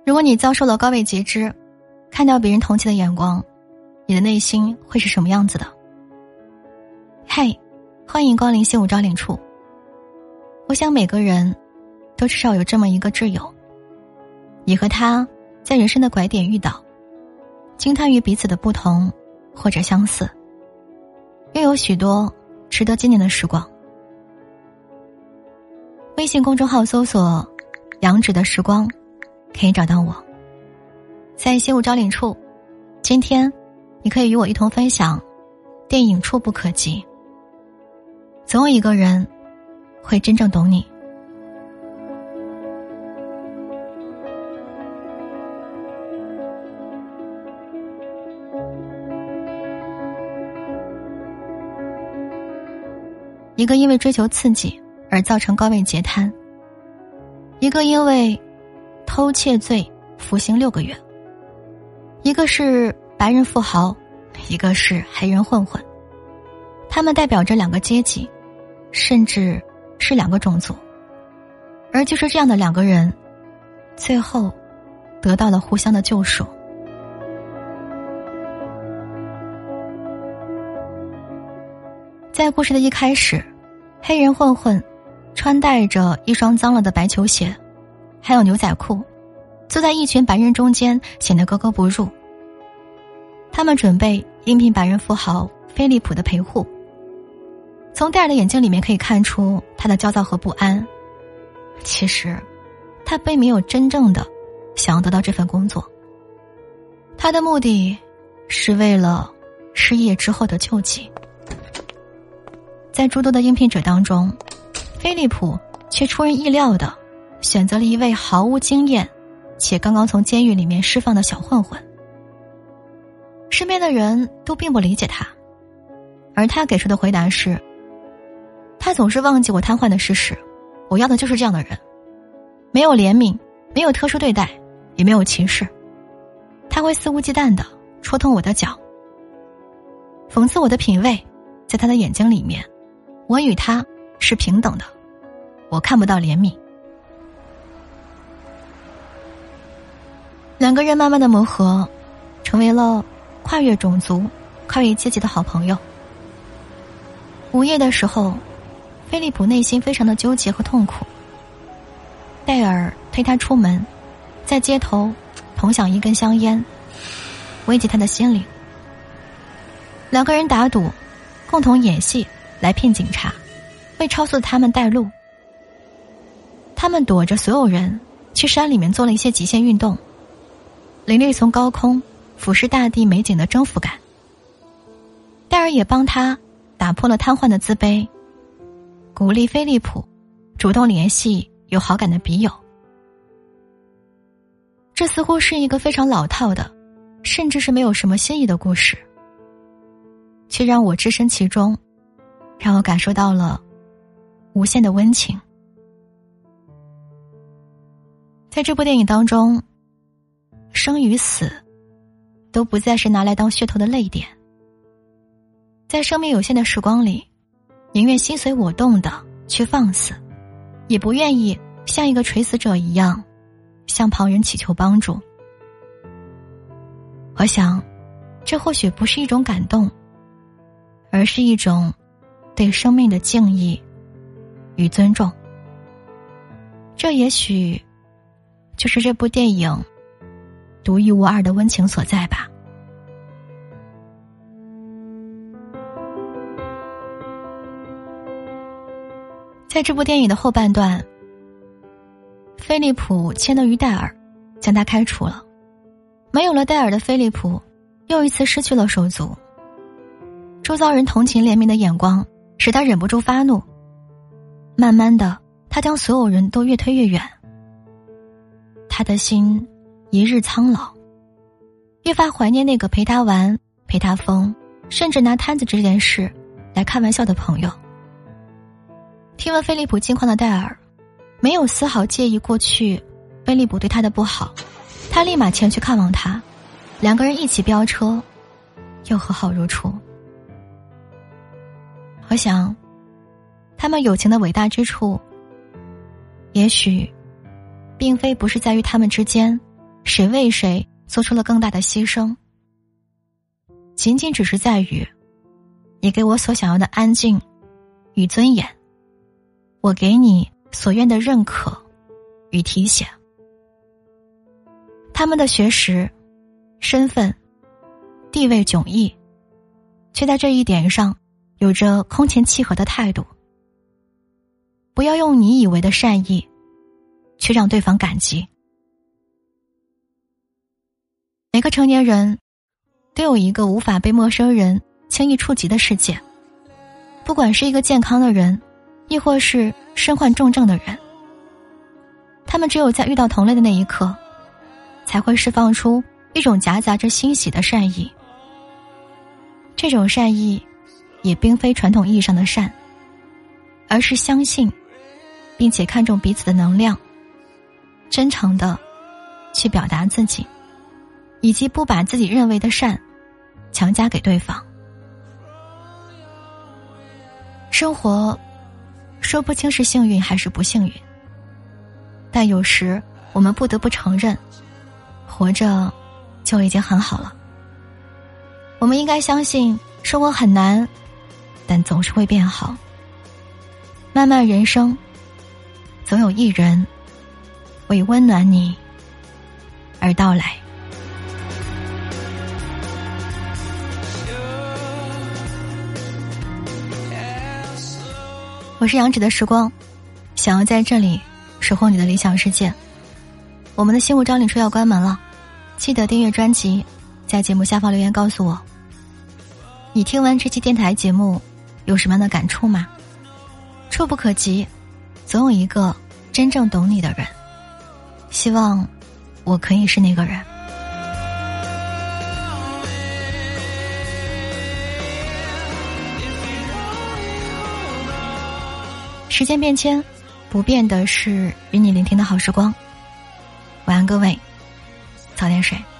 如果你遭受了高位截肢，看到别人同情的眼光，你的内心会是什么样子的？嘿，欢迎光临西武招领处。我想每个人都至少有这么一个挚友，你和他在人生的拐点遇到，惊叹于彼此的不同或者相似，又有许多值得纪念的时光。微信公众号搜索杨芷的时光，可以找到我。在西武招领处，今天你可以与我一同分享电影《触不可及》。总有一个人会真正懂你。一个因为追求刺激而造成高位截瘫，一个因为偷窃罪服刑6个月，一个是白人富豪，一个是黑人混混，他们代表着2个阶级，甚至是2个种族，而就是这样的2个人，最后得到了互相的救赎。在故事的一开始，黑人混混穿戴着一双脏了的白球鞋，还有牛仔裤，坐在一群白人中间，显得格格不入。他们准备应聘白人富豪菲利普的陪护。从戴尔的眼睛里面可以看出他的焦躁和不安。其实他并没有真正的想要得到这份工作，他的目的是为了失业之后的救济。在诸多的应聘者当中，菲利普却出人意料的选择了一位毫无经验且刚刚从监狱里面释放的小混混。身边的人都并不理解他，而他给出的回答是，他总是忘记我瘫痪的事实，我要的就是这样的人，没有怜悯，没有特殊对待，也没有歧视，他会肆无忌惮地戳痛我的脚，讽刺我的品味。在他的眼睛里面，我与他是平等的，我看不到怜悯。2个人慢慢的磨合，成为了跨越种族、跨越阶级的好朋友。午夜的时候，菲利普内心非常的纠结和痛苦。戴尔推他出门，在街头同享一根香烟，慰藉他的心灵。2个人打赌，共同演戏来骗警察，为超速的他们带路。他们躲着所有人去山里面做了一些极限运动，领略从高空俯视大地美景的征服感。戴尔也帮他打破了瘫痪的自卑，鼓励菲利普主动联系有好感的笔友。这似乎是一个非常老套的，甚至是没有什么新意的故事，却让我置身其中，让我感受到了无限的温情。在这部电影当中，生与死都不再是拿来当噱头的泪点。在生命有限的时光里，宁愿心随我动的去放肆，也不愿意像一个垂死者一样向旁人祈求帮助。我想，这或许不是一种感动，而是一种对生命的敬意与尊重。这也许就是这部电影独一无二的温情所在吧。在这部电影的后半段，菲利普迁怒于戴尔，将他开除了。没有了戴尔的菲利普又一次失去了手足。周遭人同情怜悯的眼光使他忍不住发怒，慢慢的，他将所有人都越推越远。他的心一日苍老，越发怀念那个陪他玩、陪他疯，甚至拿摊子这件事来开玩笑的朋友。听闻菲利普近况的戴尔没有丝毫介意过去菲利普对他的不好，他立马前去看望他，2个人一起飙车，又和好如初。我想，他们友情的伟大之处，也许并非不是在于他们之间谁为谁做出了更大的牺牲，仅仅只是在于你给我所想要的安静与尊严，我给你所愿的认可与提携。他们的学识、身份、地位迥异，却在这一点上有着空前契合的态度。不要用你以为的善意去让对方感激。每个成年人都有一个无法被陌生人轻易触及的世界，不管是一个健康的人，亦或是身患重症的人，他们只有在遇到同类的那一刻，才会释放出一种夹杂着欣喜的善意。这种善意也并非传统意义上的善，而是相信并且看重彼此的能量，真诚地去表达自己，以及不把自己认为的善强加给对方。生活说不清是幸运还是不幸运，但有时我们不得不承认，活着就已经很好了。我们应该相信生活很难，但总是会变好。漫漫人生，总有一人为温暖你而到来。我是杨芷的时光，想要在这里守候你的理想世界。我们的新物招领书要关门了，记得订阅专辑，在节目下方留言告诉我，你听完这期电台节目有什么样的感触吗？触不可及，总有一个真正懂你的人，希望我可以是那个人。时间变迁，不变的是与你聆听的好时光。晚安各位，早点睡。